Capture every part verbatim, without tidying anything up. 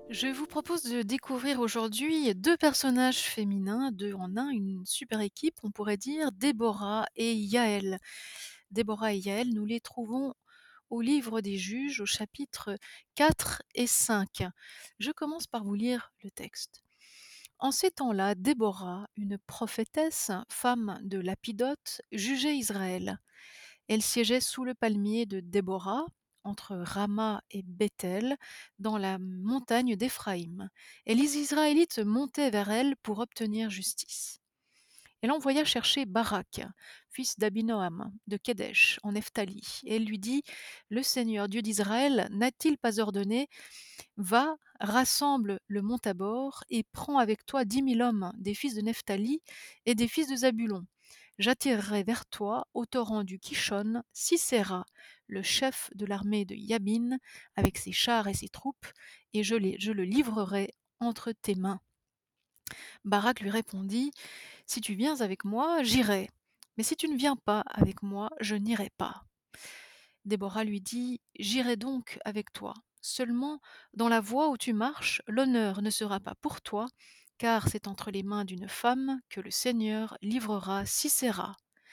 Je vous propose de découvrir aujourd'hui deux personnages féminins, deux en un, une super équipe, on pourrait dire, Déborah et Yaël. Déborah et Yaël, nous les trouvons au livre des Juges, au chapitre quatre et cinq. Je commence par vous lire le texte. En ces temps-là, Déborah, une prophétesse, femme de Lapidote, jugeait Israël. Elle siégeait sous le palmier de Déborah, entre Rama et Bethel, dans la montagne d'Éphraïm. Et les Israélites montaient vers elle pour obtenir justice. Elle envoya chercher Barak, fils d'Abinoam, de Kédesh, en Nephtali. Et elle lui dit, le Seigneur Dieu d'Israël n'a-t-il pas ordonné, va, rassemble le mont Tabor et prends avec toi dix mille hommes des fils de Nephtali et des fils de Zabulon. J'attirerai vers toi, au torrent du Kishon, Sisera, le chef de l'armée de Yabin, avec ses chars et ses troupes, et je, les- je le livrerai entre tes mains. Barak lui répondit, si tu viens avec moi, j'irai, mais si tu ne viens pas avec moi, je n'irai pas. Déborah lui dit, j'irai donc avec toi. Seulement, dans la voie où tu marches, l'honneur ne sera pas pour toi, car c'est entre les mains d'une femme que le Seigneur livrera Sisera.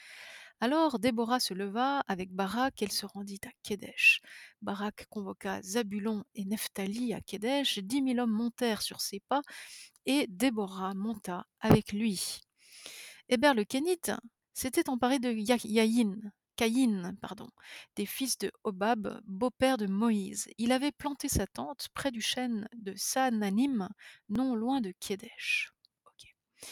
Alors Déborah se leva avec Barak, elle se rendit à Kédesh. Barak convoqua Zabulon et Nephtali à Kédesh, dix mille hommes montèrent sur ses pas, et Déborah monta avec lui. Héber le Kénite s'était emparé de Ya- Yaïn, Caïn, pardon, des fils de Hobab, beau-père de Moïse. Il avait planté sa tente près du chêne de Saananim, non loin de Kédesh. Ok.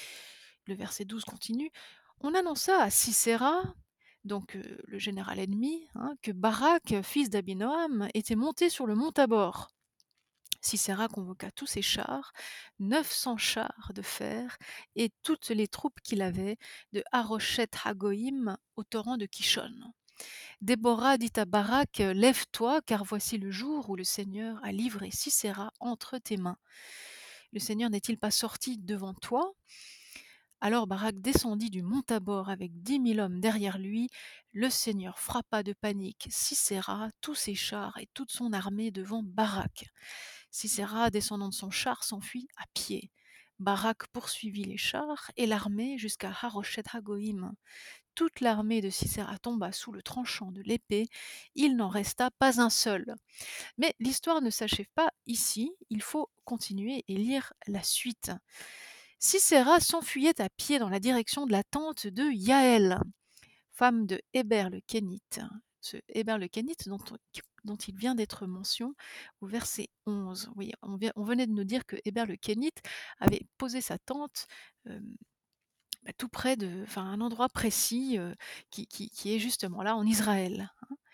Le verset douze continue. On annonça à Sisera, donc euh, le général ennemi, hein, que Barak, fils d'Abinoam, était monté sur le mont Tabor. Sisera convoqua tous ses chars, neuf cents chars de fer, et toutes les troupes qu'il avait, de Haroshet Hagoïm au torrent de Kishon. Déborah dit à Barak, lève-toi, car voici le jour où le Seigneur a livré Sisera entre tes mains. Le Seigneur n'est-il pas sorti devant toi? Alors Barak descendit du mont Tabor avec dix mille hommes derrière lui. Le Seigneur frappa de panique Sisera, tous ses chars et toute son armée devant Barak. Sisera, descendant de son char, s'enfuit à pied. Barak poursuivit les chars et l'armée jusqu'à Haroshet Hagoïm. Toute l'armée de Sisera tomba sous le tranchant de l'épée. Il n'en resta pas un seul. Mais l'histoire ne s'achève pas ici. Il faut continuer et lire la suite. Sisera s'enfuyait à pied dans la direction de la tente de Yaël, femme de Héber le Kénite. Ce Héber le Kénite dont, dont il vient d'être mention au verset onze. Oui, on, vient- on venait de nous dire que Héber le Kénite avait posé sa tente euh, bah, tout près de, enfin, un endroit précis euh, qui, qui- qui est justement là en Israël.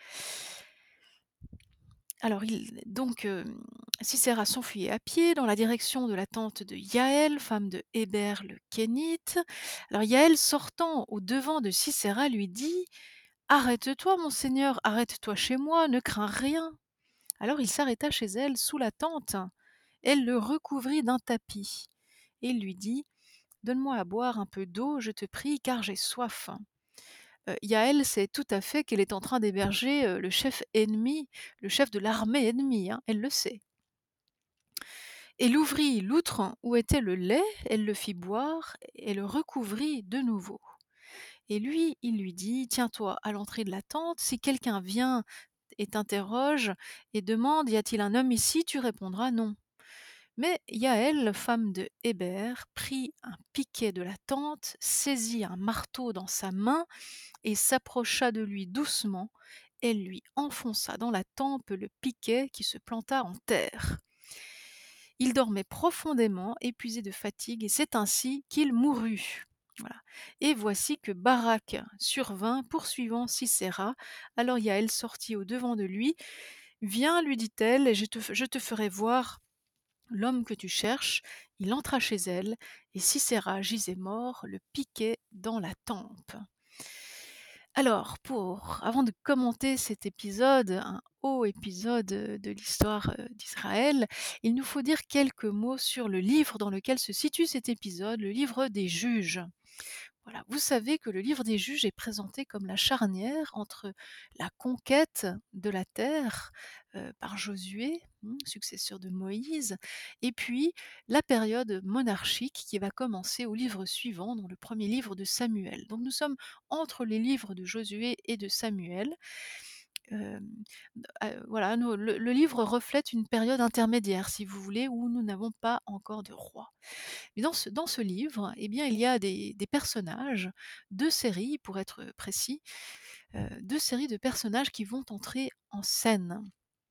Alors, il, donc, euh, Sisera s'enfuyait à pied dans la direction de la tente de Yaël, femme de Héber le Kénite. Alors, Yaël, sortant au devant de Sisera, lui dit, arrête-toi, mon seigneur, arrête-toi chez moi, ne crains rien. Alors, il s'arrêta chez elle, sous la tente. Elle le recouvrit d'un tapis. Et il lui dit, donne-moi à boire un peu d'eau, je te prie, car j'ai soif. Heu, Yaël sait tout à fait qu'elle est en train d'héberger, heu, le chef ennemi, le chef de l'armée ennemie, hein, elle le sait. Elle ouvrit l'outre où était le lait, elle le fit boire et le recouvrit de nouveau. Et lui, il lui dit: «Tiens-toi à l'entrée de la tente, si quelqu'un vient et t'interroge et demande: "Y a-t-il un homme ici?" tu répondras: "Non"». Mais Yaël, femme de Héber, prit un piquet de la tente, saisit un marteau dans sa main et s'approcha de lui doucement. Elle lui enfonça dans la tempe le piquet qui se planta en terre. Il dormait profondément, épuisé de fatigue, et c'est ainsi qu'il mourut. Voilà. Et voici que Barak survint, poursuivant Sisera. Alors Yaël sortit au devant de lui. Viens, lui dit-elle, et je te, je te ferai voir l'homme que tu cherches. Il entra chez elle, et Sisera gisait mort, le piquet dans la tempe. Alors, pour avant de commenter cet épisode, un haut épisode, heu, de l'histoire, heu, d'Israël, il nous faut dire quelques mots sur le livre dans lequel se situe cet épisode, le livre des Juges. Voilà. Vous savez que le livre des Juges est présenté comme la charnière entre la conquête de la terre, heu, par Josué, mmh, successeur de Moïse, et puis la période monarchique qui va commencer au livre suivant, dans le premier livre de Samuel. Donc nous sommes entre les livres de Josué et de Samuel. Hem, heu, voilà, nous le le livre reflète une période intermédiaire, si vous voulez, où nous n'avons pas encore de roi. Mais dans ce dans ce livre, eh bien, il y a des des personnages, deux séries pour être précis, heu, deux séries de personnages qui vont entrer en scène.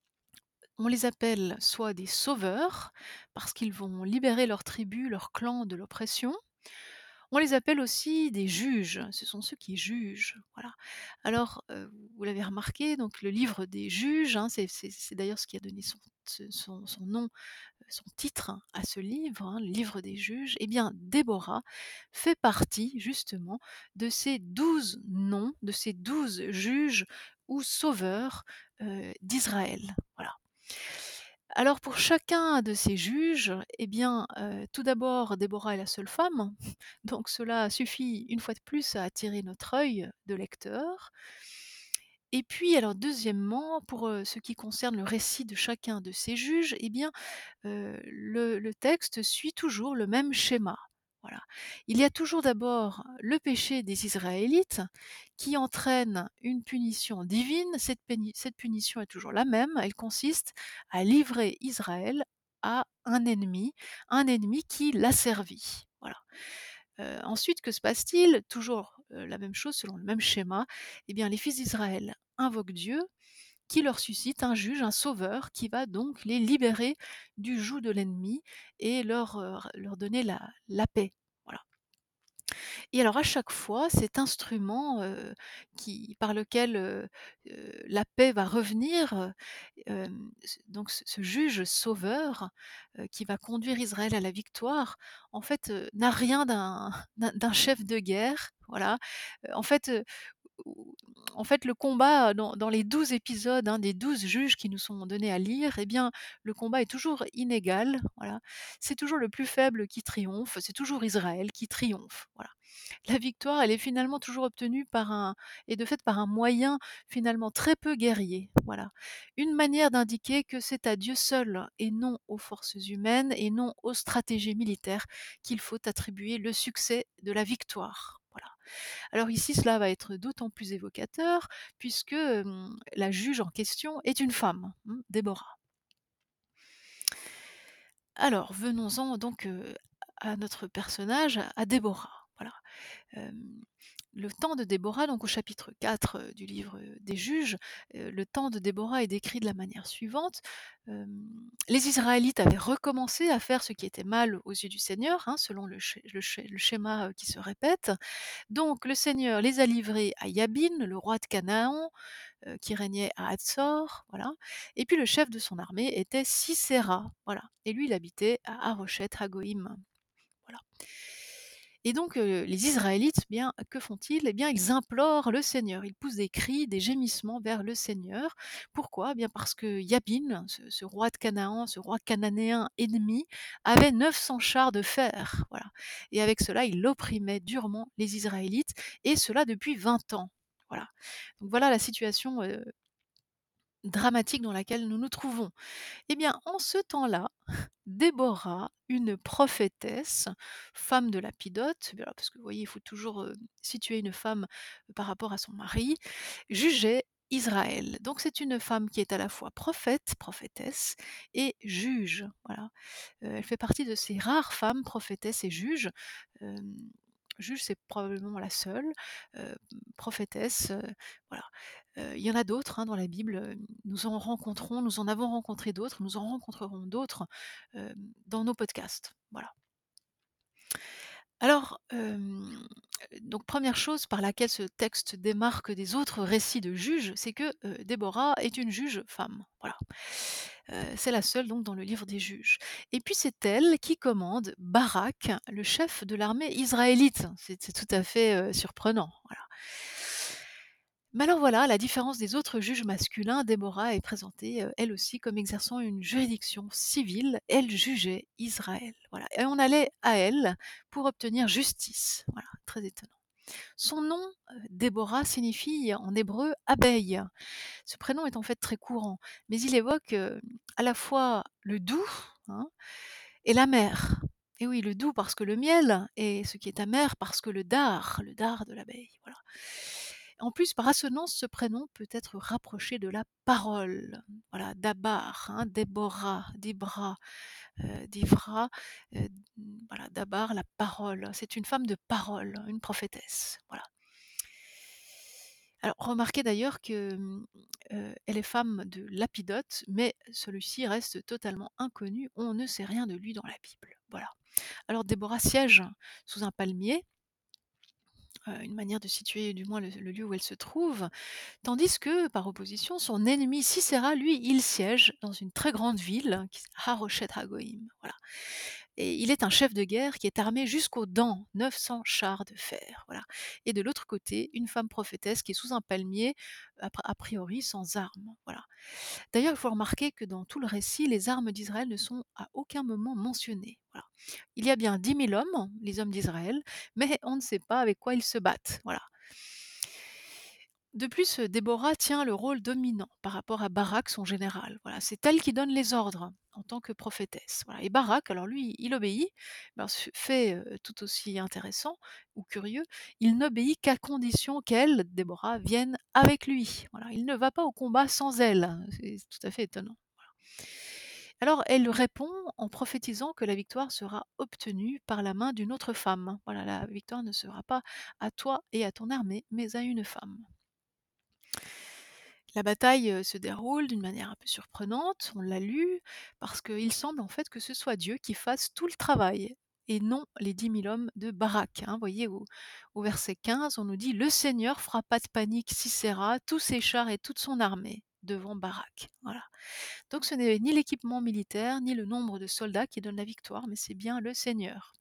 On les appelle soit des sauveurs, parce qu'ils vont libérer leur tribu, leur clan de l'oppression. On les appelle aussi des juges, ce sont ceux qui jugent, voilà. Alors, heu, vous l'avez remarqué, donc le livre des juges, hein, c'est c'est c'est d'ailleurs ce qui a donné son ce son son nom, son titre à ce livre, hein, le livre des juges. Eh bien, Déborah fait partie justement de ces douze noms, de ces douze juges ou sauveurs, heu, d'Israël, voilà. Alors pour chacun de ces juges, eh bien, heu, tout d'abord, Déborah est la seule femme, donc cela suffit une fois de plus à attirer notre œil de lecteur. Et puis alors deuxièmement, pour, heu, ce qui concerne le récit de chacun de ces juges, eh bien, heu, le le texte suit toujours le même schéma. Voilà. Il y a toujours d'abord le péché des Israélites qui entraîne une punition divine. Cette péni cette punition est toujours la même, elle consiste à livrer Israël à un ennemi, un ennemi qui l'asservit. Voilà. Heu, ensuite, que se passe-t-il? Toujours, heu, la même chose selon le même schéma. Eh bien, les fils d'Israël invoquent Dieu qui leur suscite un juge, un sauveur qui va donc les libérer du joug de l'ennemi et leur, heu, leur donner la la paix. Voilà. Et alors à chaque fois, cet instrument, heu, qui par lequel, heu heu, la paix va revenir, heu, hem, ce donc ce ce juge sauveur, heu, qui va conduire Israël à la victoire, en fait, heu, n'a rien d'un d'un d'un chef de guerre, voilà. Heu, en fait, heu, ou en fait, le combat dans dans les douze épisodes, hein, des douze juges qui nous sont donnés à lire, eh bien, le combat est toujours inégal, voilà. C'est toujours le plus faible qui triomphe, c'est toujours Israël qui triomphe, voilà. La victoire, elle est finalement toujours obtenue par un et de fait par un moyen finalement très peu guerrier, voilà. Une manière d'indiquer que c'est à Dieu seul et non aux forces humaines et non aux stratégies militaires qu'il faut attribuer le succès de la victoire, voilà. Alors ici, cela va être d'autant plus évocateur puisque, hem, la juge en question est une femme, mmh, Déborah. Alors venons-en donc, heu, à notre personnage, à Déborah, voilà. Hem, le temps de Déborah, donc au chapitre quatre heu, du livre, heu, des Juges, heu, le temps de Déborah est décrit de la manière suivante. Hem, les Israélites avaient recommencé à faire ce qui était mal aux yeux du Seigneur, hein, selon le sch le sch le schéma, heu, qui se répète. Donc le Seigneur les a livrés à Yabin, le roi de Canaan, heu, qui régnait à Hatzor, voilà. Et puis le chef de son armée était Sisera, voilà. Et lui, il habitait à Haroshet Hagoïm, voilà. Et donc, heu, les Israélites, bien, que font-ils? Eh bien, ils implorent le Seigneur. Ils poussent des cris, des gémissements vers le Seigneur. Pourquoi? Eh bien, parce que Yabin, ce ce roi de Canaan, ce roi cananéen ennemi, avait neuf cents chars de fer, voilà. Et avec cela, il opprimait durement les Israélites et cela depuis vingt ans, voilà. Donc voilà la situation, heu, dramatique dans laquelle nous nous trouvons. Eh bien, en ce temps-là, Déborah, une prophétesse, femme de Lapidote, voilà, parce que vous voyez, il faut toujours, heu, situer une femme euh, par rapport à son mari, jugeait Israël. Donc c'est une femme qui est à la fois prophète, prophétesse et juge, voilà. Heu, elle fait partie de ces rares femmes prophétesses et juges. Hem, juge, c'est probablement la seule, heu, prophétesse, heu, voilà. Heu, il y en a d'autres, hein, dans la Bible, heu, nous en rencontrons, nous en avons rencontré d'autres, nous en rencontrerons d'autres, hem, dans nos podcasts, voilà. Alors, hem, donc première chose par laquelle ce texte démarque des autres récits de juges, c'est que, heu, Déborah est une juge femme, voilà. Heu, c'est la seule donc dans le livre des juges. Et puis c'est elle qui commande Barak, le chef de l'armée israélite. C'est c'est tout à fait, heu, surprenant, voilà. Mais alors voilà, à la différence des autres juges masculins, Déborah est présentée, heu, elle aussi comme exerçant une juridiction civile. Elle jugeait Israël, voilà, et on allait à elle pour obtenir justice. Voilà, très étonnant. Son nom, heu, Déborah, signifie en hébreu abeille. Ce prénom est en fait très courant, mais il évoque, heu, à la fois le doux, hein, et l'amer. Et oui, le doux parce que le miel et ce qui est amer parce que le dard, le dard de l'abeille, voilà. En plus, par assonance, ce prénom peut être rapproché de la parole. Voilà, Dabar, hein, Déborah, Dibra, heu, Divra, heu, voilà, Dabar, la parole. C'est une femme de parole, une prophétesse, voilà. Alors remarquez d'ailleurs que, mmh, heu, elle est femme de Lapidote, mais celui-ci reste totalement inconnu. On ne sait rien de lui dans la Bible, voilà. Alors Déborah siège sous un palmier, heu, une manière de situer du moins le le lieu où elle se trouve, tandis que, par opposition, son ennemi Sisera, lui, il siège dans une très grande ville qui s Haroshet Hagoïm, voilà. Et il est un chef de guerre qui est armé jusqu'aux dents, neuf cents chars de fer, voilà. Et de l'autre côté, une femme prophétesse qui est sous un palmier, a a priori sans armes, voilà. D'ailleurs, il faut remarquer que dans tout le récit, les armes d'Israël ne sont à aucun moment mentionnées, voilà. Il y a bien dix mille hommes, les hommes d'Israël, mais on ne sait pas avec quoi ils se battent, voilà. De plus, heu, Déborah tient le rôle dominant par rapport à Barak, son général. Voilà, c'est elle qui donne les ordres en tant que prophétesse. Voilà, et Barak, alors lui, il obéit, mais alors ce fait, heu, tout aussi intéressant ou curieux, il n'obéit qu'à condition qu'elle, Déborah, vienne avec lui. Voilà, il ne va pas au combat sans elle. C'est tout à fait étonnant. Alors elle répond en prophétisant que la victoire sera obtenue par la main d'une autre femme. Voilà, la victoire ne sera pas à toi et à ton armée, mais à une femme. La bataille, heu, se déroule d'une manière un peu surprenante, on l'a lu, parce qu'il semble en fait que ce soit Dieu qui fasse tout le travail et non les dix mille hommes de Barak, hein. Vous voyez au au verset quinze, on nous dit: «Le Seigneur fera pas de panique Sisera, tous ses chars et toute son armée devant Barak». Voilà. Donc ce n'est ni l'équipement militaire, ni le nombre de soldats qui donnent la victoire, mais c'est bien le Seigneur.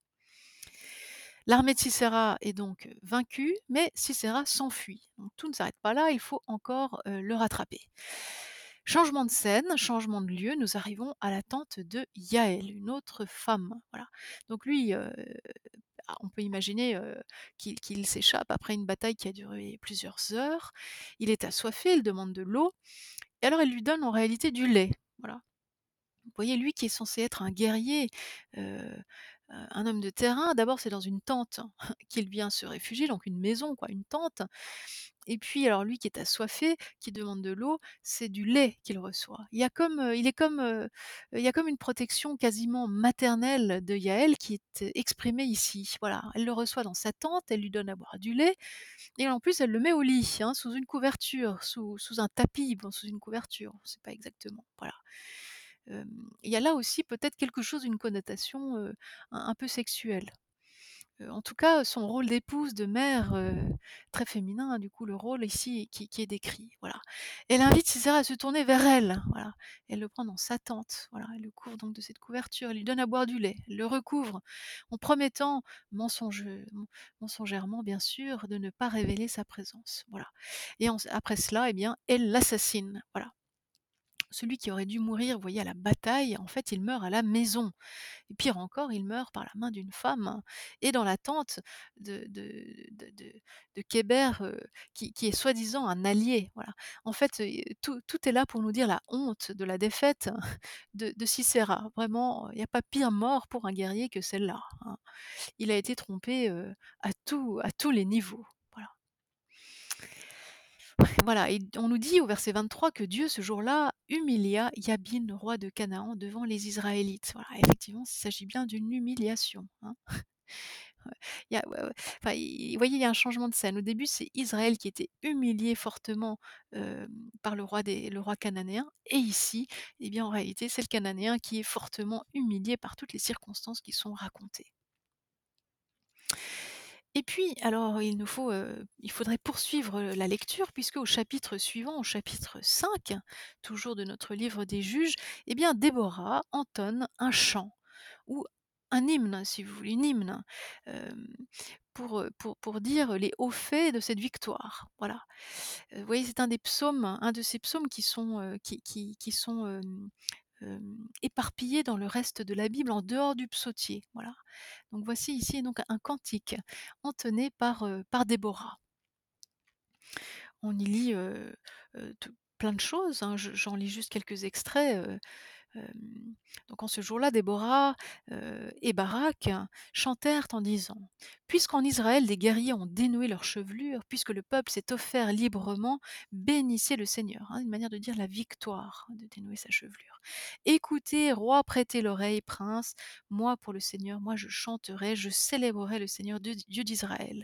L'armée de Sisera est donc vaincue, mais Sisera s'enfuit. Donc tout ne s'arrête pas là, il faut encore euh, le rattraper. Changement de scène, changement de lieu, nous arrivons à la tente de Yaël, une autre femme. Voilà. Donc lui, euh, ah, on peut imaginer euh, qu'il qu'il s'échappe après une bataille qui a duré plusieurs heures. Il est assoiffé, il demande de l'eau, et alors elle lui donne en réalité du lait. Voilà. Vous voyez, lui qui est censé être un guerrier, heu, heu, un homme de terrain, d'abord c'est dans une tente qu'il vient se réfugier, donc une maison quoi, une tente. Et puis alors lui qui est assoiffé, qui demande de l'eau, c'est du lait qu'il reçoit. Il y a comme, heu, il est comme, heu, il y a comme une protection quasiment maternelle de Yaël qui est, heu, exprimée ici. Voilà, elle le reçoit dans sa tente, elle lui donne à boire du lait et en plus elle le met au lit, hein, sous une couverture, sous sous un tapis, bon sous une couverture, on ne sait pas exactement, voilà. Hem, il y a là aussi peut-être quelque chose, une connotation, heu, un un peu sexuelle. Heu, en tout cas, son rôle d'épouse, de mère, heu, très féminin, hein, du coup, le rôle ici qui qui est décrit, voilà. Elle invite Sisera à se tourner vers elle, voilà. Elle le prend dans sa tente, voilà, elle le couvre donc de cette couverture, elle lui donne à boire du lait, elle le recouvre, en promettant mensonge men mensongèrement bien sûr, de ne pas révéler sa présence, voilà. Et ens après cela, eh bien, elle l'assassine, voilà. Celui qui aurait dû mourir, vous voyez, à la bataille, en fait, il meurt à la maison. Et pire encore, il meurt par la main d'une femme et dans la tente de de de de de Kéber, heu, qui qui est soi-disant un allié, voilà. En fait, heu, tout tout est là pour nous dire la honte de la défaite de de Sisera. Vraiment, il n'y a pas pire mort pour un guerrier que celle-là, hein. Il a été trompé, heu, à tous à tous les niveaux, voilà. Voilà, et on nous dit au verset vingt-trois que Dieu, ce jour-là, humilia Yabin, roi de Canaan, devant les Israélites. Voilà, effectivement, il s'agit bien d'une humiliation, hein. Ouais. Il y a ouais, ouais. Enfin, il vous voyez, il y a un changement de scène. Au début, c'est Israël qui était humilié fortement, hem, par le roi des le roi cananéen, et ici, eh bien, en réalité, c'est le Cananéen qui est fortement humilié par toutes les circonstances qui sont racontées. Et puis, alors, il nous faut, heu, il faudrait poursuivre, heu, la lecture puisque au chapitre suivant, au chapitre cinq, toujours de notre livre des Juges, eh bien, Déborah entonne un chant ou un hymne, si vous voulez, une hymne, hem, pour, heu, pour pour dire les hauts faits de cette victoire. Voilà. Heu, vous voyez, c'est un des psaumes un de ces psaumes qui sont, heu, qui qui qui sont, hem, hem, éparpillés dans le reste de la Bible en dehors du psautier, voilà. Donc voici ici donc un cantique entonné par, heu, par Déborah. On y lit, heu heu, tout plein de choses, hein, je j'en lis juste quelques extraits, heu, hem, donc en ce jour-là, Déborah, heu, et Barak chantèrent en disant: «Puisqu'en Israël des guerriers ont dénoué leurs chevelures, puisque le peuple s'est offert librement, bénissez le Seigneur», hein, une manière de dire la victoire, de dénouer sa chevelure. «Écoutez, roi, prêtez l'oreille, prince, moi pour le Seigneur, moi je chanterai, je célébrerai le Seigneur Dieu Dieu d'Israël».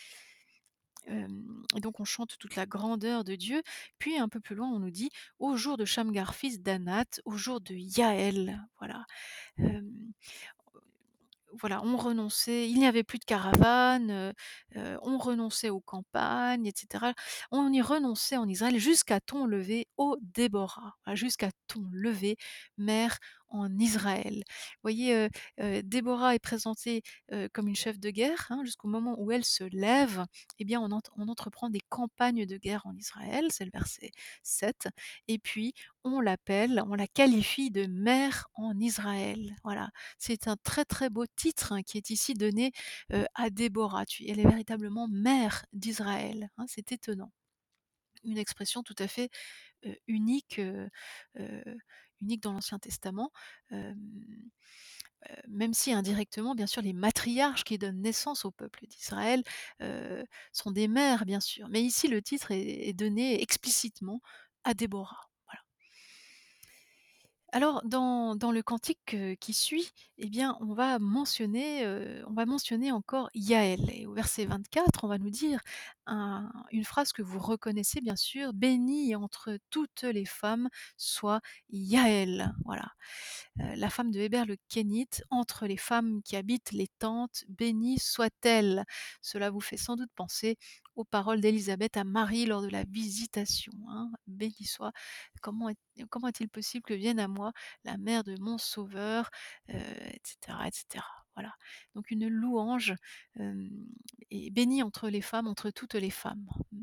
Hem et donc on chante toute la grandeur de Dieu. Puis un peu plus loin, on nous dit: «Au jour de Shamgar fils d'Anath, au jour de Yaël», voilà. Hem, voilà, on renonçait, il n'y avait plus de caravanes, heu heu, on renonçait aux campagnes et cetera. On y renonçait en Israël jusqu'à ton lever, ô Déborah, voilà, jusqu'à ton lever, mère en Israël. Vous voyez, heu heu, Déborah est présentée, heu, comme une chef de guerre, hein, jusqu'au moment où elle se lève, eh bien on ent on entreprend des campagnes de guerre en Israël, c'est le verset sept et puis on l'appelle, on la qualifie de mère en Israël, voilà. C'est un très, très beau titre, hein, qui est ici donné, heu, à Déborah. Tu Elle est véritablement mère d'Israël, hein, c'est étonnant. Une expression tout à fait, heu, unique, heu heu, unique dans l'Ancien Testament, hem, heu, même si indirectement, bien sûr, les matriarches qui donnent naissance au peuple d'Israël, heu, sont des mères, bien sûr. Mais ici, le titre est est donné explicitement à Déborah. Voilà. Alors dans dans le cantique, heu, qui suit, eh bien, on va mentionner, heu, on va mentionner encore Yaël et au verset vingt-quatre, on va nous dire un une phrase que vous reconnaissez bien sûr: «Bénie entre toutes les femmes soit Yaël». Voilà. Heu, la femme de Héber le Kénite, entre les femmes qui habitent les tentes, bénie soit-elle. Cela vous fait sans doute penser aux paroles d'Élisabeth à Marie lors de la visitation, hein. Béni soit, comment est comment est-il possible que vienne à moi la mère de mon sauveur, heu, et cetera, et cetera. Voilà. Donc une louange, hem, et bénie entre les femmes, entre toutes les femmes. Mmh.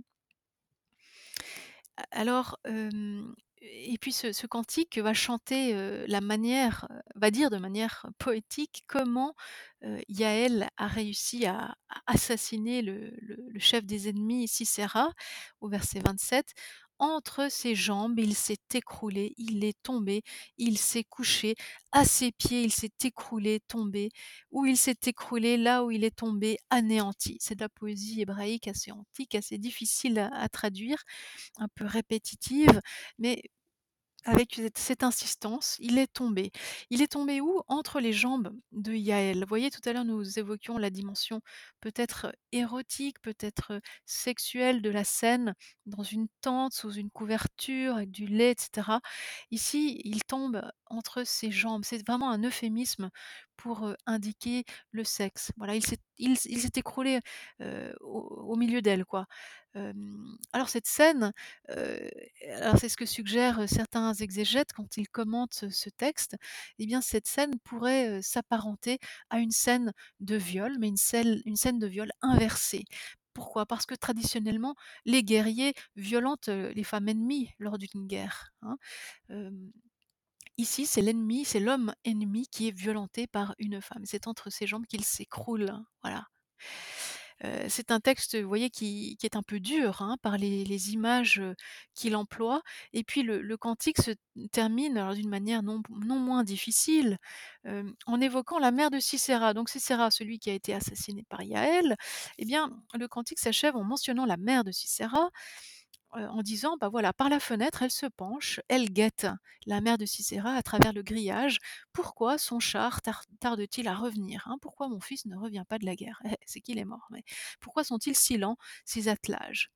A alors, hem et puis ce ce cantique va chanter, heu, la manière, heu, va dire de manière poétique comment, heu, Yaël a réussi à à assassiner le le le chef des ennemis Sisera, au verset vingt-sept. «Entre ses jambes, il s'est écroulé, il est tombé, il s'est couché. À ses pieds, il s'est écroulé, tombé. Où il s'est écroulé, là où il est tombé, anéanti». C'est de la poésie hébraïque assez antique, assez difficile à à traduire, un peu répétitive, mais avec cette cette insistance, il est tombé. Il est tombé où? Entre les jambes de Yaël. Vous voyez, tout à l'heure, nous évoquions la dimension peut-être érotique, peut-être sexuelle de la scène, dans une tente, sous une couverture, avec du lait, et cetera. Ici, il tombe entre ses jambes. C'est vraiment un euphémisme pour, heu, indiquer le sexe. Voilà, il s'est il s il s'est écroulé, heu, au au milieu d'elle, quoi. Hem, alors cette scène, heu alors c'est ce que suggèrent, certains exégètes quand ils commentent ce ce texte, eh bien cette scène pourrait, heu, s'apparenter à une scène de viol, mais une scène une scène de viol inversée. Pourquoi? Parce que traditionnellement, les guerriers violentent, heu, les femmes ennemies lors d'une guerre, hein. Hem, Ici, c'est l'ennemi, c'est l'homme ennemi qui est violenté par une femme. C'est entre ses jambes qu'il s'écroule, hein, voilà. Heu, c'est un texte, vous voyez, qui qui est un peu dur, hein, par les les images, heu, qu'il emploie et puis le le cantique se termine alors d'une manière non non moins difficile, hem, en évoquant la mère de Sisera. Donc Sisera, celui qui a été assassiné par Yaël, eh bien, le cantique s'achève en mentionnant la mère de Sisera, heu, en disant: «Bah, voilà, par la fenêtre, elle se penche, elle guette la mère de Sisera à travers le grillage. Pourquoi son char tar tarde-t-il à revenir, hein? Pourquoi mon fils ne revient pas de la guerre? Eh, c'est qu'il est mort, mais pourquoi sont-ils si lents, ces attelages?»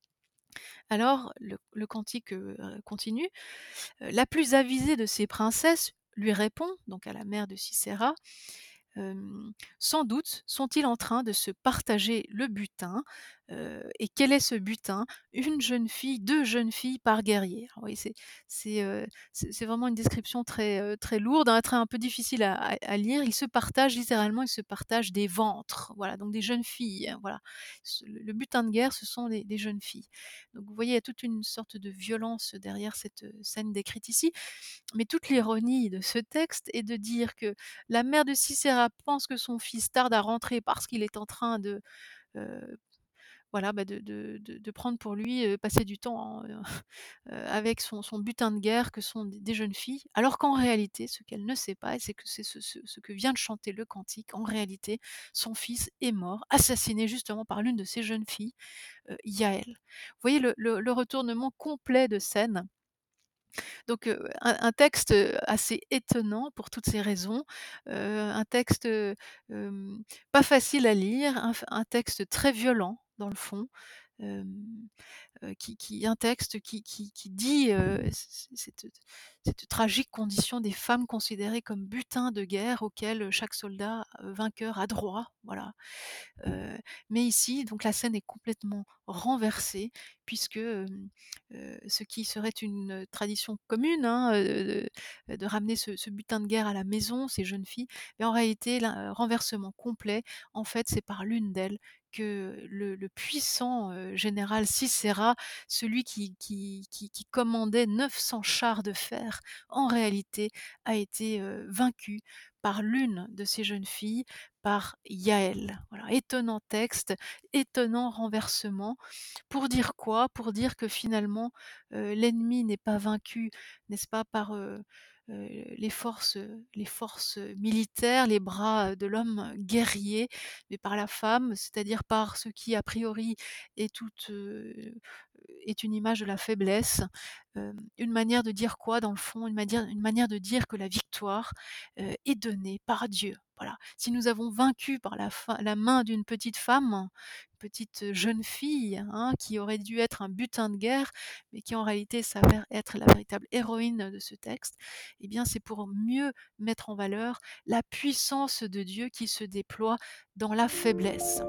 Alors le le cantique, heu, continue, heu: «La plus avisée de ces princesses lui répond», donc à la mère de Sisera, hem: «Sans doute sont-ils en train de se partager le butin, Heu et quel est ce butin? Une jeune fille, deux jeunes filles par guerrier. Alors oui, c'est c'est, heu, c'est c'est vraiment une description très, heu, très lourde, hein, très un peu difficile à à à lire. Ils se partagent littéralement, ils se partagent des ventres, voilà, donc des jeunes filles, hein, voilà. Ce le le butin de guerre, ce sont des des jeunes filles. Donc vous voyez, il y a toute une sorte de violence derrière cette, heu, scène décrite ici. Mais toute l'ironie de ce texte est de dire que la mère de Sisera pense que son fils tarde à rentrer parce qu'il est en train de, heu, voilà, bah, de de de de prendre pour lui, heu, passer du temps, heu, heu, avec son son butin de guerre que sont des des jeunes filles. Alors qu'en réalité, ce qu'elle ne sait pas et c'est que c'est ce ce ce que vient de chanter le cantique, en réalité, son fils est mort, assassiné justement par l'une de ces jeunes filles, heu, Yaël. Vous voyez le le le retournement complet de scène. Donc, heu, un un texte, heu, assez étonnant pour toutes ces raisons, heu, un texte, heu, hem, pas facile à lire, un f un texte très violent dans le fond, hem, heu, qui qui un texte qui qui qui dit, heu, c c cette cette tragique condition des femmes considérées comme butin de guerre auquel chaque soldat, heu, vainqueur a droit, voilà. Heu, mais ici, donc la scène est complètement renversée puisque, hem, heu, ce qui serait une tradition commune, hein, heu, de de ramener ce ce butin de guerre à la maison, ces jeunes filles, mais en réalité, là, heu, renversement complet. En fait, c'est par l'une d'elles que le le puissant, heu, général Sisera, celui qui qui qui qui commandait neuf cents chars de fer, en réalité a été, heu, vaincu par l'une de ces jeunes filles, par Yaël. Voilà, étonnant texte, étonnant renversement. Pour dire quoi? Pour dire que finalement, heu, l'ennemi n'est pas vaincu, n'est-ce pas, par, heu heu, les forces, heu, les forces, militaires, les bras, de l'homme guerrier, mais par la femme, c'est-à-dire par ce qui a priori est toute, heu, est une image de la faiblesse. Hem, une manière de dire quoi dans le fond? Une manière une manière de dire que la victoire, heu, est donnée par Dieu. Voilà. Si nous avons vaincu par la fa la main d'une petite femme, petite jeune fille, hein, qui aurait dû être un butin de guerre, mais qui en réalité s'avère être la véritable héroïne de ce texte, eh bien c'est pour mieux mettre en valeur la puissance de Dieu qui se déploie dans la faiblesse.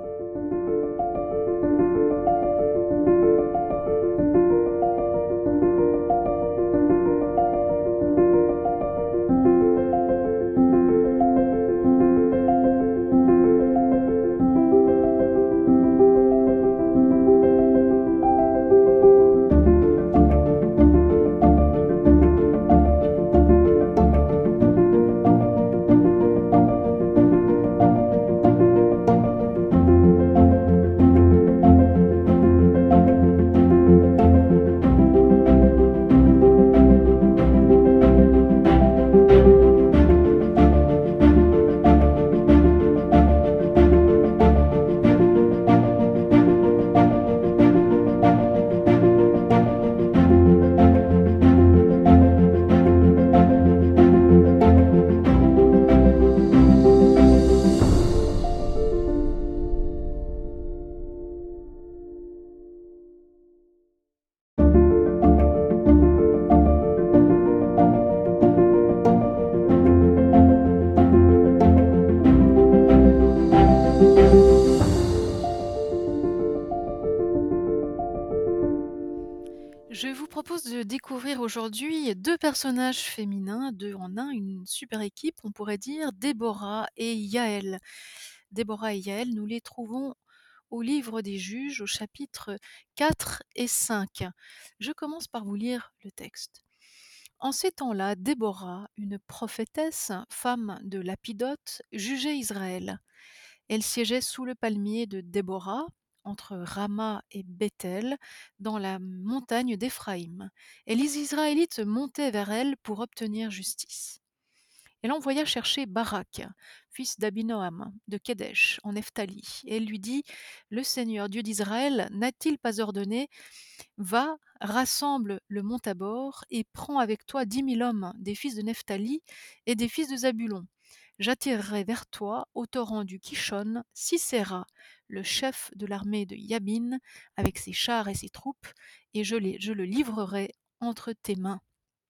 Je vous propose de découvrir aujourd'hui deux personnages féminins, deux en un, une super équipe, on pourrait dire, Déborah et Yaël. Déborah et Yaël, nous les trouvons au livre des Juges, au chapitre quatre et cinq. Je commence par vous lire le texte. En ces temps-là, Déborah, une prophétesse, femme de Lapidote, jugeait Israël. Elle siégeait sous le palmier de Déborah, entre Rama et Bethel, dans la montagne d'Éphraïm. Et les Israélites montaient vers elle pour obtenir justice. Elle envoya chercher Barak, fils d'Abinoam, de Kédesh, en Nephtali. Et elle lui dit, le Seigneur Dieu d'Israël n'a-t-il pas ordonné, va, rassemble le mont Tabor et prends avec toi dix mille hommes des fils de Nephtali et des fils de Zabulon. J'attirerai vers toi, au torrent du Kishon, Sisera, le chef de l'armée de Yabin, avec ses chars et ses troupes, et je, les- je le livrerai entre tes mains.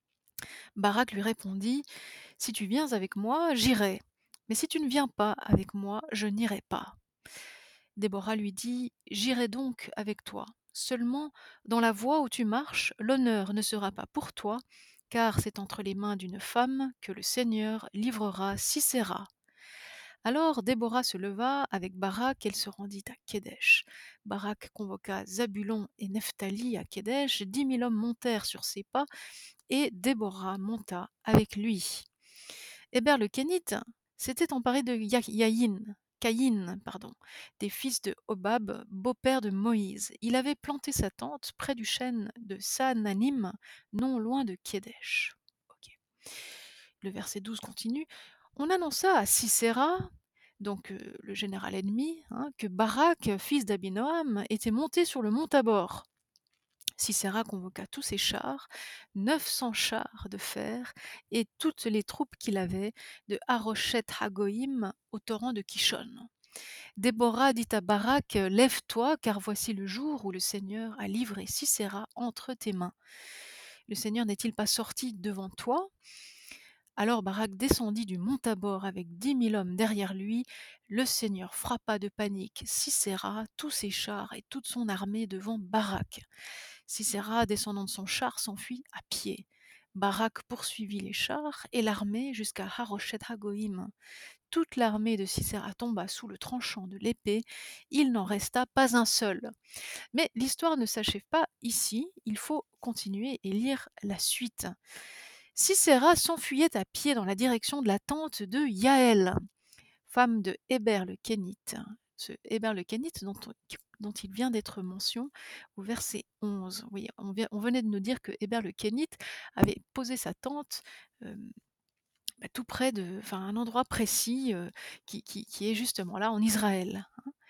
Barak lui répondit, si tu viens avec moi, j'irai, mais si tu ne viens pas avec moi, je n'irai pas. Déborah lui dit: «J'irai donc avec toi. Seulement, dans la voie où tu marches, l'honneur ne sera pas pour toi, car c'est entre les mains d'une femme que le Seigneur livrera Sisera.» Alors Déborah se leva avec Barak, elle se rendit à Kédesh. Barak convoqua Zabulon et Nephtali à Kédesh, dix mille hommes montèrent sur ses pas, et Déborah monta avec lui. Héber le Kénite s'était emparé de Ya- Yaïn, Caïn, pardon, des fils de Hobab, beau-père de Moïse. Il avait planté sa tente près du chêne de Saananim, non loin de Kédesh. Ok. Le verset douze continue. On annonça à Sisera, donc euh, le général ennemi, hein, que Barak, fils d'Abinoam, était monté sur le mont Tabor. Sisera convoqua tous ses chars, neuf cents chars de fer, et toutes les troupes qu'il avait, de Haroshet Hagoïm au torrent de Kishon. Déborah dit à Barak: Lève-toi, car voici le jour où le Seigneur a livré Sisera entre tes mains. Le Seigneur n'est-il pas sorti devant toi? Alors Barak descendit du mont Tabor avec dix mille hommes derrière lui. Le Seigneur frappa de panique Sisera, tous ses chars et toute son armée devant Barak. Sisera, descendant de son char, s'enfuit à pied. Barak poursuivit les chars et l'armée jusqu'à Haroshet Hagoïm. Toute l'armée de Sisera tomba sous le tranchant de l'épée. Il n'en resta pas un seul. Mais l'histoire ne s'achève pas ici. Il faut continuer et lire la suite. Sisera s'enfuyait à pied dans la direction de la tente de Yaël, femme de Héber le Kénite. Ce Héber le Kénite dont, dont il vient d'être mention au verset onze. Oui, on, vient- on venait de nous dire que Héber le Kénite avait posé sa tente euh, bah, tout près de, enfin, un endroit précis euh, qui, qui- qui est justement là en Israël.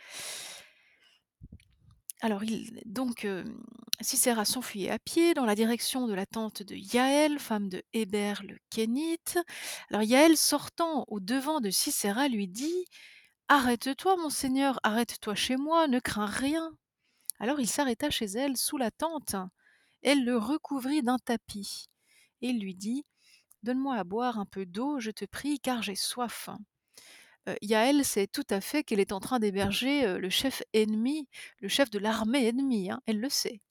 Alors, il, donc, euh, Sisera s'enfuyait à pied dans la direction de la tente de Yaël, femme de Héber le Kénite. Alors, Yaël, sortant au devant de Sisera, lui dit: Arrête-toi, mon seigneur, arrête-toi chez moi, ne crains rien. Alors, il s'arrêta chez elle, sous la tente. Elle le recouvrit d'un tapis. Et il lui dit: Donne-moi à boire un peu d'eau, je te prie, car j'ai soif. Euh, Yaël sait tout à fait qu'elle est en train d'héberger euh, le chef ennemi, le chef de l'armée ennemie, hein, elle le sait.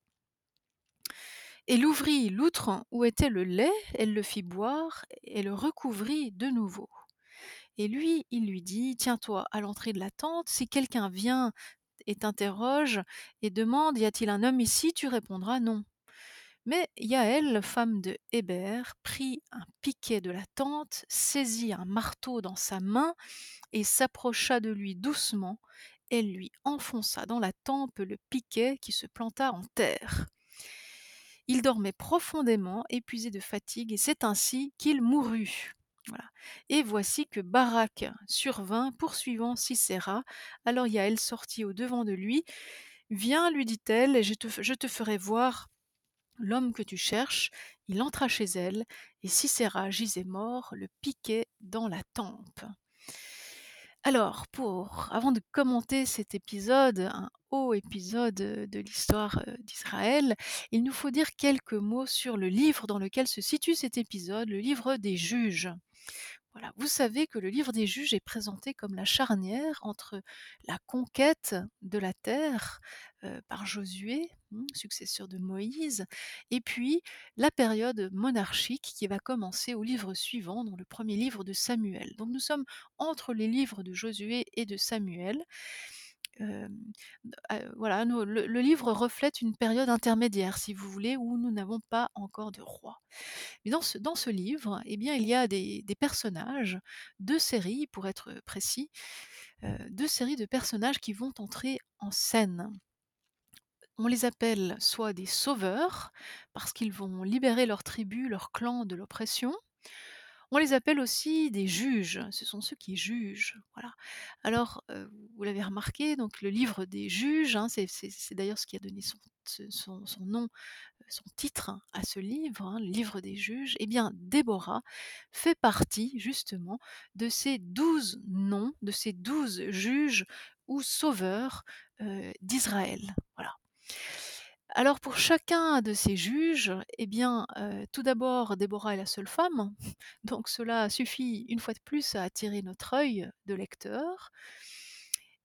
Elle ouvrit l'outre où était le lait, elle le fit boire, et le recouvrit de nouveau. Et lui, il lui dit: Tiens-toi à l'entrée de la tente, si quelqu'un vient et t'interroge et demande: Y a-t-il un homme ici? Tu répondras non. Mais Yaël, femme de Héber, prit un piquet de la tente, saisit un marteau dans sa main et s'approcha de lui doucement. Elle lui enfonça dans la tempe le piquet qui se planta en terre. Il dormait profondément, épuisé de fatigue, et c'est ainsi qu'il mourut. Voilà. Et voici que Barak survint, poursuivant Sisera. Alors Yaël sortit au devant de lui. Viens, lui dit-elle, et je te, je te ferai voir l'homme que tu cherches. Il entra chez elle, et Sisera gisait mort, le piquet dans la tempe. Alors, pour, avant de commenter cet épisode, un haut épisode de l'histoire euh, d'Israël, il nous faut dire quelques mots sur le livre dans lequel se situe cet épisode, le livre des Juges. Voilà. Vous savez que le livre des Juges est présenté comme la charnière entre la conquête de la terre euh, par Josué, hmm, successeur de Moïse, et puis la période monarchique qui va commencer au livre suivant, dans le premier livre de Samuel. Donc nous sommes entre les livres de Josué et de Samuel. Euh, euh, voilà, nous- le, le livre reflète une période intermédiaire, si vous voulez, où nous n'avons pas encore de roi. Mais dans ce, dans ce livre, eh bien, il y a des, des personnages, deux séries pour être précis, euh, deux séries de personnages qui vont entrer en scène. On les appelle soit des sauveurs, parce qu'ils vont libérer leur tribu, leur clan de l'oppression. On les appelle aussi des juges, ce sont ceux qui jugent. Voilà. Alors, euh, vous l'avez remarqué, donc le livre des juges, hein, c'est, c'est- c'est d'ailleurs ce qui a donné son, son- son nom, son titre à ce livre, hein, le livre des juges. Eh bien, Déborah fait partie justement de ces douze noms, de ces douze juges ou sauveurs euh, d'Israël. Voilà. Alors pour chacun de ces juges, eh bien, euh, tout d'abord, Déborah est la seule femme, donc cela suffit une fois de plus à attirer notre œil de lecteur.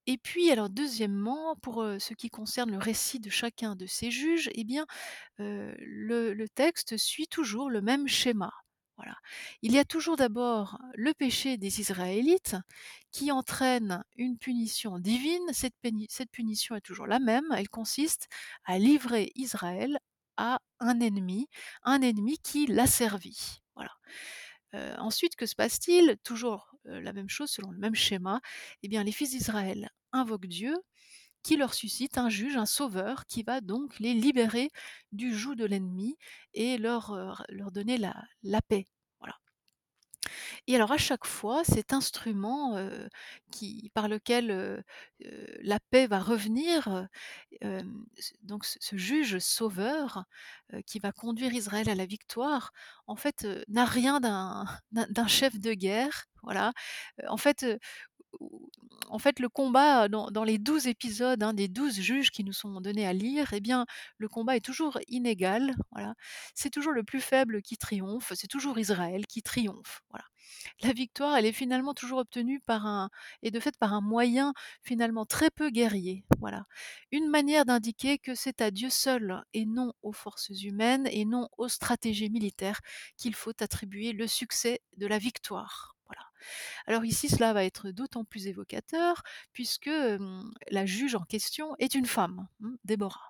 Et puis alors deuxièmement, pour, heu, ce qui concerne le récit de chacun de ces juges, eh bien, heu, le le texte suit toujours le même schéma. Voilà. Il y a toujours d'abord le péché des Israélites qui entraîne une punition divine. Cette péni cette punition est toujours la même, elle consiste à livrer Israël à un ennemi, un ennemi qui l'asservit. Voilà. Heu, ensuite, que se passe-t-il? Toujours, heu, la même chose selon le même schéma. Eh bien, les fils d'Israël invoquent Dieu qui leur suscite un juge, un sauveur qui va donc les libérer du joug de l'ennemi et leur, heu, leur donner la la paix. Voilà. Et alors à chaque fois, cet instrument, heu, qui par lequel, heu heu, la paix va revenir, heu, hem, ce donc ce ce juge sauveur, heu, qui va conduire Israël à la victoire, en fait, heu, n'a rien d'un d'un d'un chef de guerre, voilà. Heu, en fait, heu, ou en fait, le combat dans dans les douze épisodes, hein, des douze juges qui nous sont donnés à lire, eh bien, le combat est toujours inégal, voilà. C'est toujours le plus faible qui triomphe, c'est toujours Israël qui triomphe, voilà. La victoire, elle est finalement toujours obtenue par un et de fait par un moyen finalement très peu guerrier, voilà. Une manière d'indiquer que c'est à Dieu seul et non aux forces humaines et non aux stratégies militaires qu'il faut attribuer le succès de la victoire, voilà. Alors ici, cela va être d'autant plus évocateur puisque, hem, la juge en question est une femme, mmh, Déborah.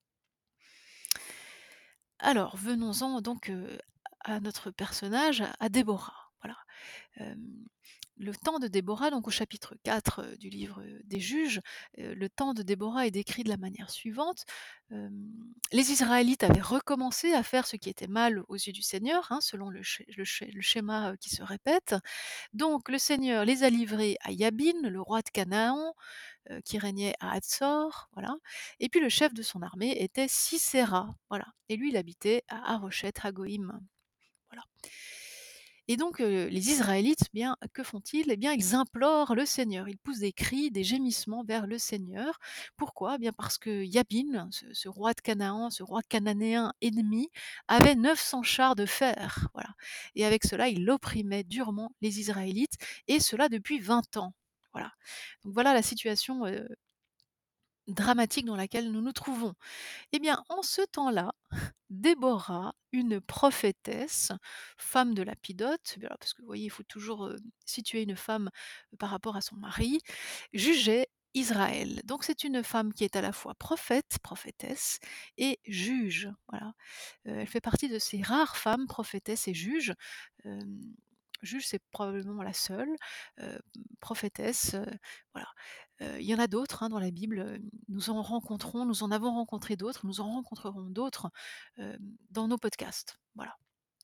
Alors venons-en donc, heu, à notre personnage, à Déborah, voilà. Hem, le temps de Déborah, donc au chapitre quatre heu, du livre, heu, des Juges, heu, le temps de Déborah est décrit de la manière suivante. Hem, les Israélites avaient recommencé à faire ce qui était mal aux yeux du Seigneur, hein, selon le sch le sch le schéma, heu, qui se répète. Donc le Seigneur les a livrés à Yabin, le roi de Canaan, heu, qui régnait à Hatzor, voilà. Et puis le chef de son armée était Sisera, voilà. Et lui, il habitait à Haroshet Hagoïm, voilà. Et donc, heu, les Israélites, bien, que font-ils? Eh bien, ils implorent le Seigneur. Ils poussent des cris, des gémissements vers le Seigneur. Pourquoi? Eh bien, parce que Yabin, ce ce roi de Canaan, ce roi cananéen ennemi, avait neuf cents chars de fer, voilà. Et avec cela, il opprimait durement les Israélites et cela depuis vingt ans, voilà. Donc voilà la situation, heu, dramatique dans laquelle nous nous trouvons. Eh bien, en ce temps-là, Déborah, une prophétesse, femme de Lapidote, alors parce que vous voyez, il faut toujours, heu, situer une femme euh, par rapport à son mari, jugeait Israël. Donc c'est une femme qui est à la fois prophète, prophétesse et juge, voilà. Heu, elle fait partie de ces rares femmes prophétesses et juges. Hem, juge, c'est probablement la seule, heu, prophétesse, heu, voilà. Heu, il y en a d'autres, hein, dans la Bible, heu, nous en rencontrons, nous en avons rencontré d'autres, nous en rencontrerons d'autres, hem, dans nos podcasts, voilà.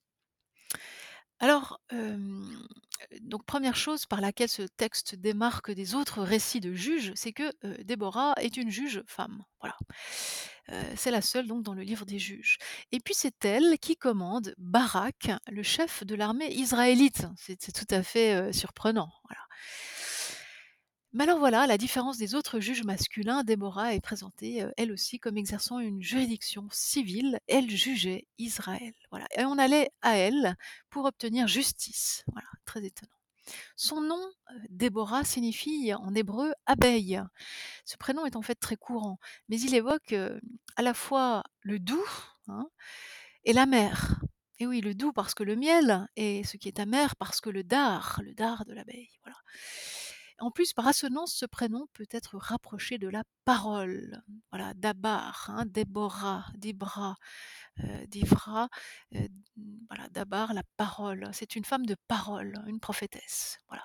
Alors, hem, donc première chose par laquelle ce texte démarque des autres récits de juges, c'est que, heu, Déborah est une juge femme, voilà. Heu, c'est la seule donc dans le livre des juges. Et puis c'est elle qui commande Barak, le chef de l'armée israélite. C'est c'est tout à fait, heu, surprenant, voilà. Mais alors voilà, à la différence des autres juges masculins, Déborah est présentée, heu, elle aussi comme exerçant une juridiction civile. Elle jugeait Israël, voilà, et on allait à elle pour obtenir justice. Voilà, très étonnant. Son nom, heu, Déborah, signifie en hébreu abeille. Ce prénom est en fait très courant, mais il évoque, heu, à la fois le doux, hein, et l'amer. Et oui, le doux parce que le miel et ce qui est amer parce que le dard, le dard de l'abeille, voilà. En plus, par assonance, ce prénom peut être rapproché de la parole. Voilà, Dabar, hein, Déborah, Dibra, heu, Divra, heu, voilà, Dabar, la parole. C'est une femme de parole, une prophétesse, voilà.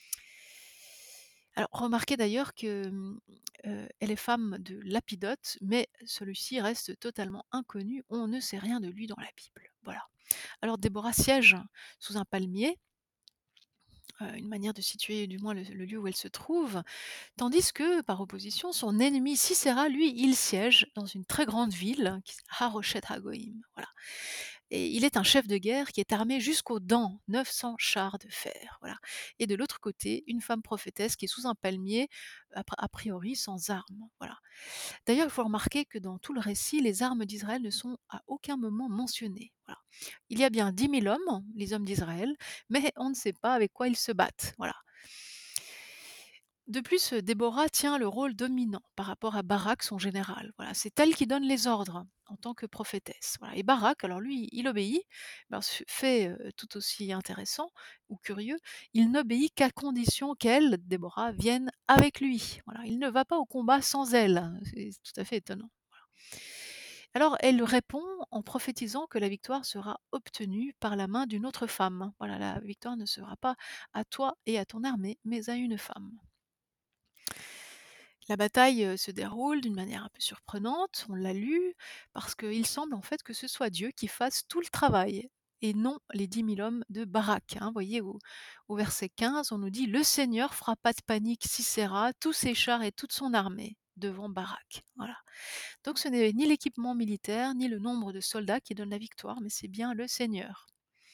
Alors remarquez d'ailleurs que, mmh, heu, elle est femme de Lapidote, mais celui-ci reste totalement inconnu, on ne sait rien de lui dans la Bible, voilà. Alors Déborah siège sous un palmier, heu, une manière de situer du moins le le lieu où elle se trouve, tandis que, par opposition, son ennemi Sisera, lui, il siège dans une très grande ville qui s Haroshet Hagoïm, voilà. Et il est un chef de guerre qui est armé jusqu'aux dents, neuf cents chars de fer, voilà. Et de l'autre côté, une femme prophétesse qui est sous un palmier, a a priori sans armes, voilà. D'ailleurs, il faut remarquer que dans tout le récit, les armes d'Israël ne sont à aucun moment mentionnées, voilà. Il y a bien dix mille hommes, les hommes d'Israël, mais on ne sait pas avec quoi ils se battent, voilà. De plus, heu, Déborah tient le rôle dominant par rapport à Barak, son général. Voilà, c'est elle qui donne les ordres en tant que prophétesse. Voilà, et Barak, alors lui, il obéit. Ben, ce fait, heu, tout aussi intéressant ou curieux, il n'obéit qu'à condition qu'elle, Déborah, vienne avec lui. Voilà, il ne va pas au combat sans elle. C'est tout à fait étonnant. Alors elle répond en prophétisant que la victoire sera obtenue par la main d'une autre femme. Voilà, la victoire ne sera pas à toi et à ton armée, mais à une femme. La bataille, heu, se déroule d'une manière un peu surprenante, on l'a lu, parce qu'il semble en fait que ce soit Dieu qui fasse tout le travail et non les dix mille hommes de Barak, hein. Vous voyez au au verset quinze, on nous dit: «Le Seigneur fera pas de panique Sisera, tous ses chars et toute son armée devant Barak». Voilà. Donc ce n'est ni l'équipement militaire, ni le nombre de soldats qui donne la victoire, mais c'est bien le Seigneur.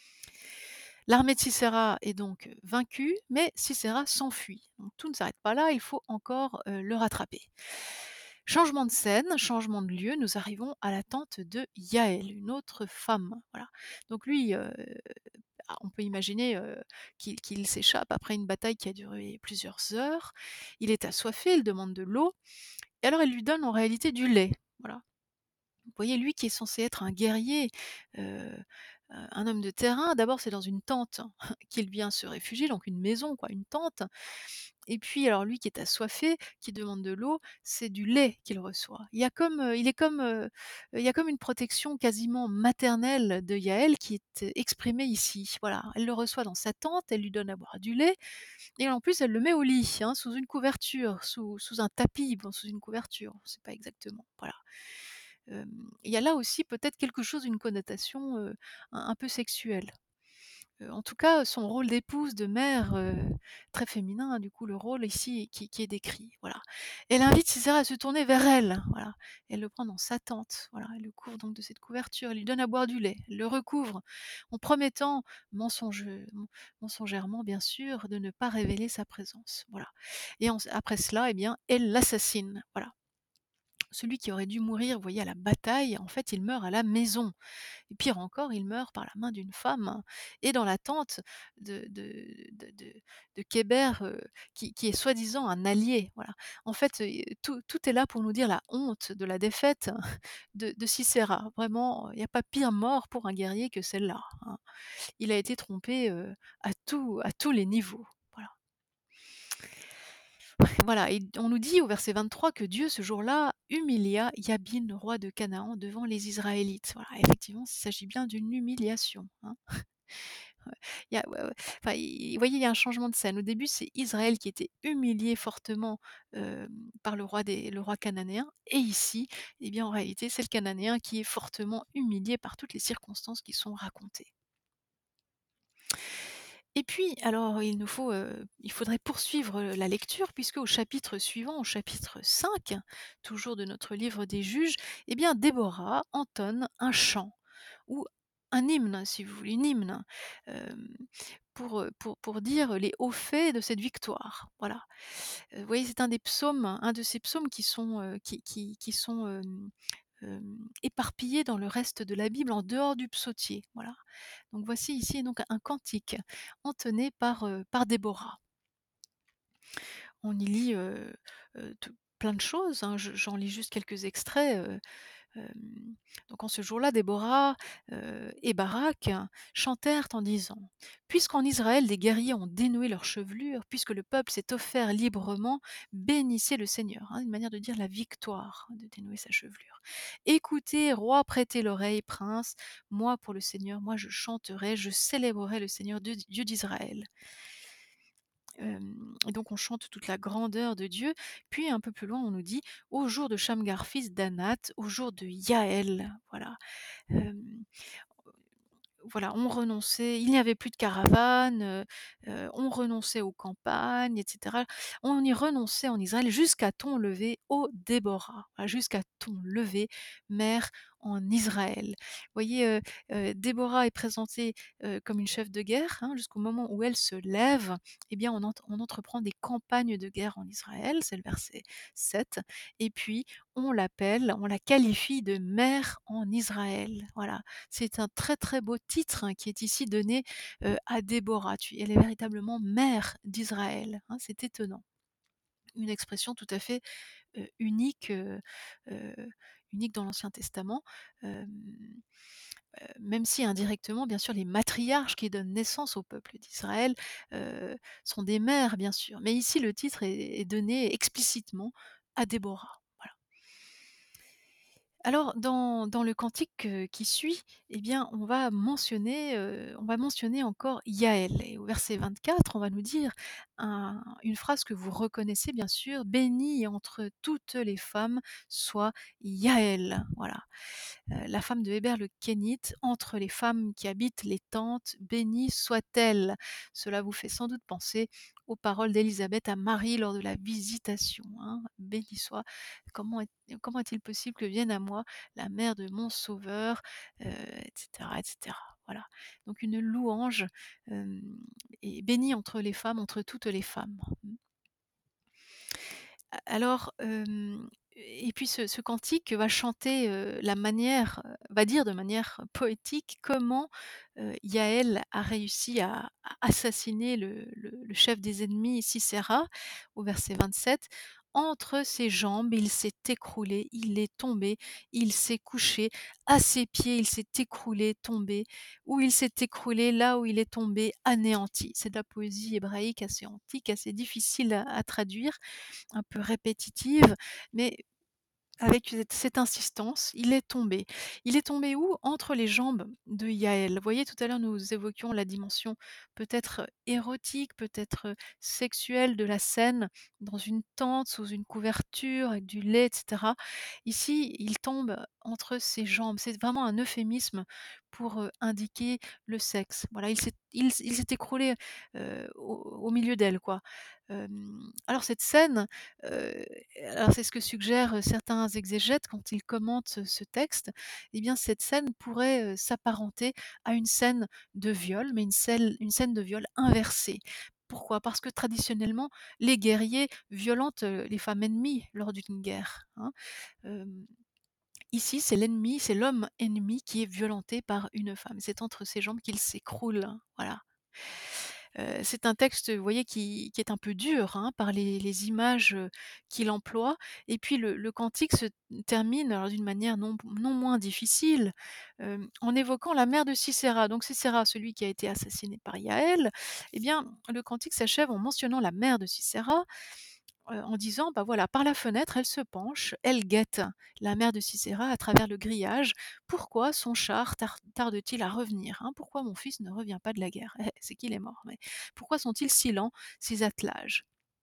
L'armée de Sisera est donc euh, vaincue, mais Sisera s'enfuit. Donc tout ne s'arrête pas là, il faut encore euh, le rattraper. Changement de scène, changement de lieu, nous arrivons à la tente de Yaël, une autre femme. Voilà. Donc lui, euh, ah, on peut imaginer euh, qu'il qu'il s'échappe après une bataille qui a duré plusieurs heures. Il est assoiffé, il demande de l'eau, et alors elle lui donne en réalité du lait. Voilà. Vous voyez, lui qui est censé être un guerrier, heu, heu, un homme de terrain, d'abord c'est dans une tente qu'il vient se réfugier, donc une maison quoi, une tente, et puis alors lui qui est assoiffé, qui demande de l'eau, c'est du lait qu'il reçoit. Il y a comme, heu, il est comme, heu, il y a comme une protection quasiment maternelle de Yaël qui est, heu, exprimée ici. Voilà, elle le reçoit dans sa tente, elle lui donne à boire du lait et en plus elle le met au lit, hein, sous une couverture, sous sous un tapis, bon sous une couverture, on sait pas exactement, voilà. Hem, il y a là aussi peut-être quelque chose, une connotation, heu, un un peu sexuelle. Heu, en tout cas, son rôle d'épouse, de mère, heu, très féminin, hein, du coup, le rôle ici qui qui est décrit, voilà. Elle invite Sisera à se tourner vers elle, voilà. Elle le prend dans sa tente, voilà, elle le couvre donc de cette couverture, elle lui donne à boire du lait, elle le recouvre, en promettant mensonge men mensongèrement bien sûr, de ne pas révéler sa présence, voilà. Et ens après cela, eh bien, elle l'assassine, voilà. Celui qui aurait dû mourir, vous voyez, à la bataille, en fait, il meurt à la maison. Et pire encore, il meurt par la main d'une femme, hein, et dans la tente de de de de de Kéber, heu, qui qui est soi-disant un allié, voilà. En fait, heu, tout tout est là pour nous dire la honte de la défaite de de Sisera. Vraiment, il n'y a pas pire mort pour un guerrier que celle-là, hein. Il a été trompé, heu, à tous à tous les niveaux. Voilà. Voilà, et on nous dit au verset vingt-trois que Dieu, ce jour-là, humilia Yabin, roi de Canaan, devant les Israélites. Voilà, effectivement, il s'agit bien d'une humiliation, hein. Ouais. Il y a ouais, ouais. Enfin, il vous voyez, il y a un changement de scène. Au début, c'est Israël qui était humilié fortement, hem, par le roi des le roi cananéen, et ici, eh bien, en réalité, c'est le Cananéen qui est fortement humilié par toutes les circonstances qui sont racontées. Et puis, alors, il nous faut, heu, il faudrait poursuivre, heu, la lecture puisque au chapitre suivant, au chapitre cinq, toujours de notre livre des Juges, eh bien, Déborah entonne un chant ou un hymne, si vous voulez, une hymne, hem, pour, heu, pour pour dire les hauts faits de cette victoire. Voilà. Heu, vous voyez, c'est un des psaumes, un de ces psaumes qui sont, heu, qui qui qui sont, hem, hem, éparpillés dans le reste de la Bible en dehors du psautier. Voilà. Donc voici ici donc un cantique entonné par, heu, par Déborah. On y lit, heu heu, tout plein de choses, hein, je j'en lis juste quelques extraits, heu, hem, donc en ce jour-là, Déborah, heu, et Barak chantèrent en disant: «Puisqu'en Israël des guerriers ont dénoué leurs chevelures, puisque le peuple s'est offert librement, bénissez le Seigneur», hein, une manière de dire la victoire, de dénouer sa chevelure. «Écoutez, roi, prêtez l'oreille, prince, moi pour le Seigneur, moi je chanterai, je célébrerai le Seigneur Dieu Dieu d'Israël». Hem et donc on chante toute la grandeur de Dieu. Puis un peu plus loin, on nous dit: «Au jour de Shamgar fils d'Anath, au jour de Yaël». Voilà, hem, voilà, on renonçait, il n'y avait plus de caravanes, heu heu, on renonçait aux campagnes et cetera. On y renonçait en Israël jusqu'à ton lever, ô Déborah, voilà, jusqu'à ton lever, mère en Israël. Vous voyez, heu heu, Déborah est présentée, heu, comme une chef de guerre, hein, jusqu'au moment où elle se lève, eh bien on ent on entreprend des campagnes de guerre en Israël, c'est le verset sept, et puis on l'appelle, on la qualifie de mère en Israël. Voilà. C'est un très, très beau titre, hein, qui est ici donné, heu, à Déborah. Tu Elle est véritablement mère d'Israël, hein, c'est étonnant. Une expression tout à fait, heu, unique, heu heu, unique dans l'Ancien Testament. Hem, heu, même si indirectement, bien sûr, les matriarches qui donnent naissance au peuple d'Israël, heu, sont des mères, bien sûr. Mais ici, le titre est est donné explicitement à Déborah. Voilà. Alors dans dans le cantique, heu, qui suit, eh bien, on va mentionner, heu, on va mentionner encore Yaël et au verset vingt-quatre, on va nous dire un une phrase que vous reconnaissez bien sûr: «Bénie entre toutes les femmes soit Yaël». Voilà. Heu, la femme de Héber le Kénite, entre les femmes qui habitent les tentes, bénie soit-elle. Cela vous fait sans doute penser aux paroles d'Élisabeth à Marie lors de la visitation, hein. Béni soit, comment est comment est-il possible que vienne à moi la mère de mon sauveur, heu, et cetera, et cetera. Voilà. Donc une louange, hem, et bénie entre les femmes, entre toutes les femmes. Mmh. A alors, hem, et puis ce ce cantique va chanter, heu, la manière, heu, va dire de manière poétique comment, heu, Yaël a réussi à à assassiner le le le chef des ennemis Sisera, au verset vingt-sept. «Entre ses jambes, il s'est écroulé, il est tombé, il s'est couché. À ses pieds, il s'est écroulé, tombé. Où il s'est écroulé, là où il est tombé, anéanti». C'est de la poésie hébraïque assez antique, assez difficile à à traduire, un peu répétitive, mais avec cette cette insistance, il est tombé. Il est tombé où? Entre les jambes de Yaël. Vous voyez, tout à l'heure, nous évoquions la dimension peut-être érotique, peut-être sexuelle de la scène, dans une tente, sous une couverture, avec du lait, et cetera. Ici, il tombe entre ses jambes. C'est vraiment un euphémisme pour, heu, indiquer le sexe. Voilà, il s'est il s il s'est écroulé, heu, au au milieu d'elle, quoi. Hem, alors cette scène, heu alors c'est ce que suggèrent certains exégètes quand ils commentent ce ce texte, eh bien cette scène pourrait, heu, s'apparenter à une scène de viol, mais une scène une scène de viol inversée. Pourquoi? Parce que traditionnellement, les guerriers violentent, heu, les femmes ennemies lors d'une guerre, hein. Hem, Ici, c'est l'ennemi, c'est l'homme ennemi qui est violenté par une femme. C'est entre ses jambes qu'il s'écroule, hein, voilà. Heu, c'est un texte, vous voyez, qui qui est un peu dur, hein, par les les images, heu, qu'il emploie et puis le le cantique se termine alors d'une manière non non moins difficile, hem, en évoquant la mère de Sisera. Donc Sisera, celui qui a été assassiné par Yaël, eh bien, le cantique s'achève en mentionnant la mère de Sisera, heu, en disant: «Bah, voilà, par la fenêtre, elle se penche, elle guette la mère de Sisera à travers le grillage. Pourquoi son char tar tarde-t-il à revenir, hein? Pourquoi mon fils ne revient pas de la guerre? Eh, c'est qu'il est mort, mais pourquoi sont-ils si lents, ces attelages?»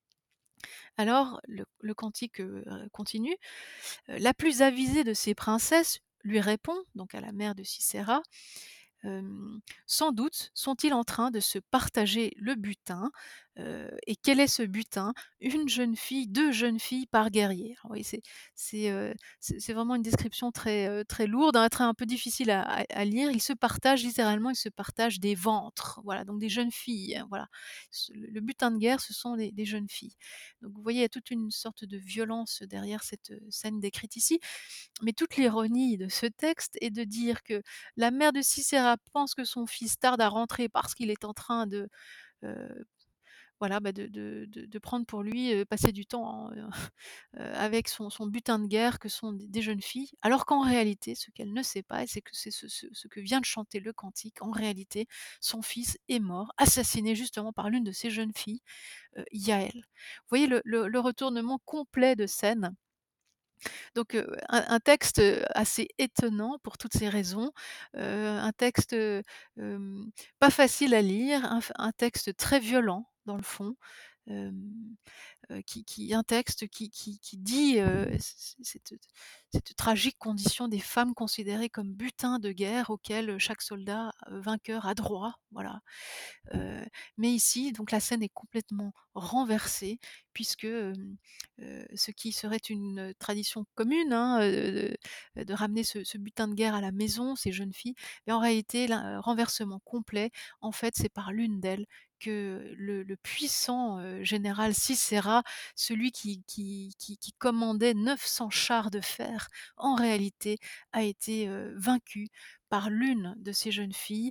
Alors le le cantique, heu, continue, heu: «La plus avisée de ces princesses lui répond», donc à la mère de Sisera, hem: «Sans doute sont-ils en train de se partager le butin, heu, et quel est ce butin? Une jeune fille, deux jeunes filles par guerrier». Alors vous voyez, c'est c'est, heu, c'est c'est vraiment une description très, heu, très lourde, un très un peu difficile à à à lire. Ils se partagent littéralement, ils se partagent des ventres, voilà, donc des jeunes filles, hein, voilà. Ce le le butin de guerre, ce sont des des jeunes filles. Donc vous voyez, il y a toute une sorte de violence derrière cette, heu, scène décrite ici. Mais toute l'ironie de ce texte est de dire que la mère de Sisera pense que son fils tarde à rentrer parce qu'il est en train de, heu, voilà, bah, de de de de prendre pour lui, heu, passer du temps, heu, heu, avec son son butin de guerre que sont des des jeunes filles. Alors qu'en réalité, ce qu'elle ne sait pas et c'est que c'est ce ce ce que vient de chanter le cantique, en réalité, son fils est mort, assassiné justement par l'une de ces jeunes filles, heu, Yaël. Vous voyez le le le retournement complet de scène. Donc, heu, un un texte, heu, assez étonnant pour toutes ces raisons, heu, un texte, heu, hem, pas facile à lire, un f un texte très violent dans le fond, hem, heu, qui qui un texte qui qui qui dit, heu, c c cette cette tragique condition des femmes considérées comme butin de guerre auquel chaque soldat, heu, vainqueur a droit, voilà. Heu, mais ici, donc la scène est complètement renversée puisque, hem, heu, ce qui serait une tradition commune, hein, heu, de de ramener ce ce butin de guerre à la maison, ces jeunes filles, mais en réalité, là, heu, renversement complet. En fait, c'est par l'une d'elles que le le puissant, heu, général Sisera, celui qui qui qui qui commandait neuf cents chars de fer, en réalité a été, heu, vaincu par l'une de ces jeunes filles,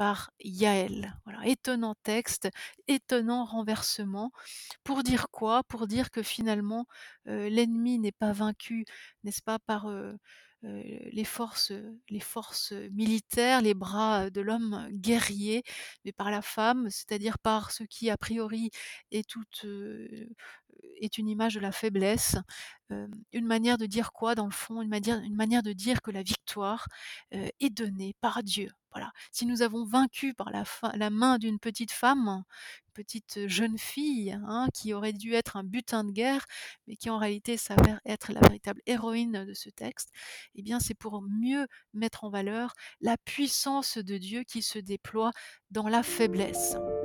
par Yaël. Voilà, étonnant texte, étonnant renversement. Pour dire quoi? Pour dire que finalement, heu, l'ennemi n'est pas vaincu, n'est-ce pas, par, heu heu, les forces, heu, les forces, militaires, les bras, de l'homme guerrier, mais par la femme, c'est-à-dire par ce qui a priori est toute, heu, est une image de la faiblesse. Hem, une manière de dire quoi dans le fond? Une manière une manière de dire que la victoire, heu, est donnée par Dieu. Voilà. Si nous avons vaincu par la fa la main d'une petite femme, petite jeune fille, hein, qui aurait dû être un butin de guerre, mais qui en réalité s'avère être la véritable héroïne de ce texte, eh bien c'est pour mieux mettre en valeur la puissance de Dieu qui se déploie dans la faiblesse.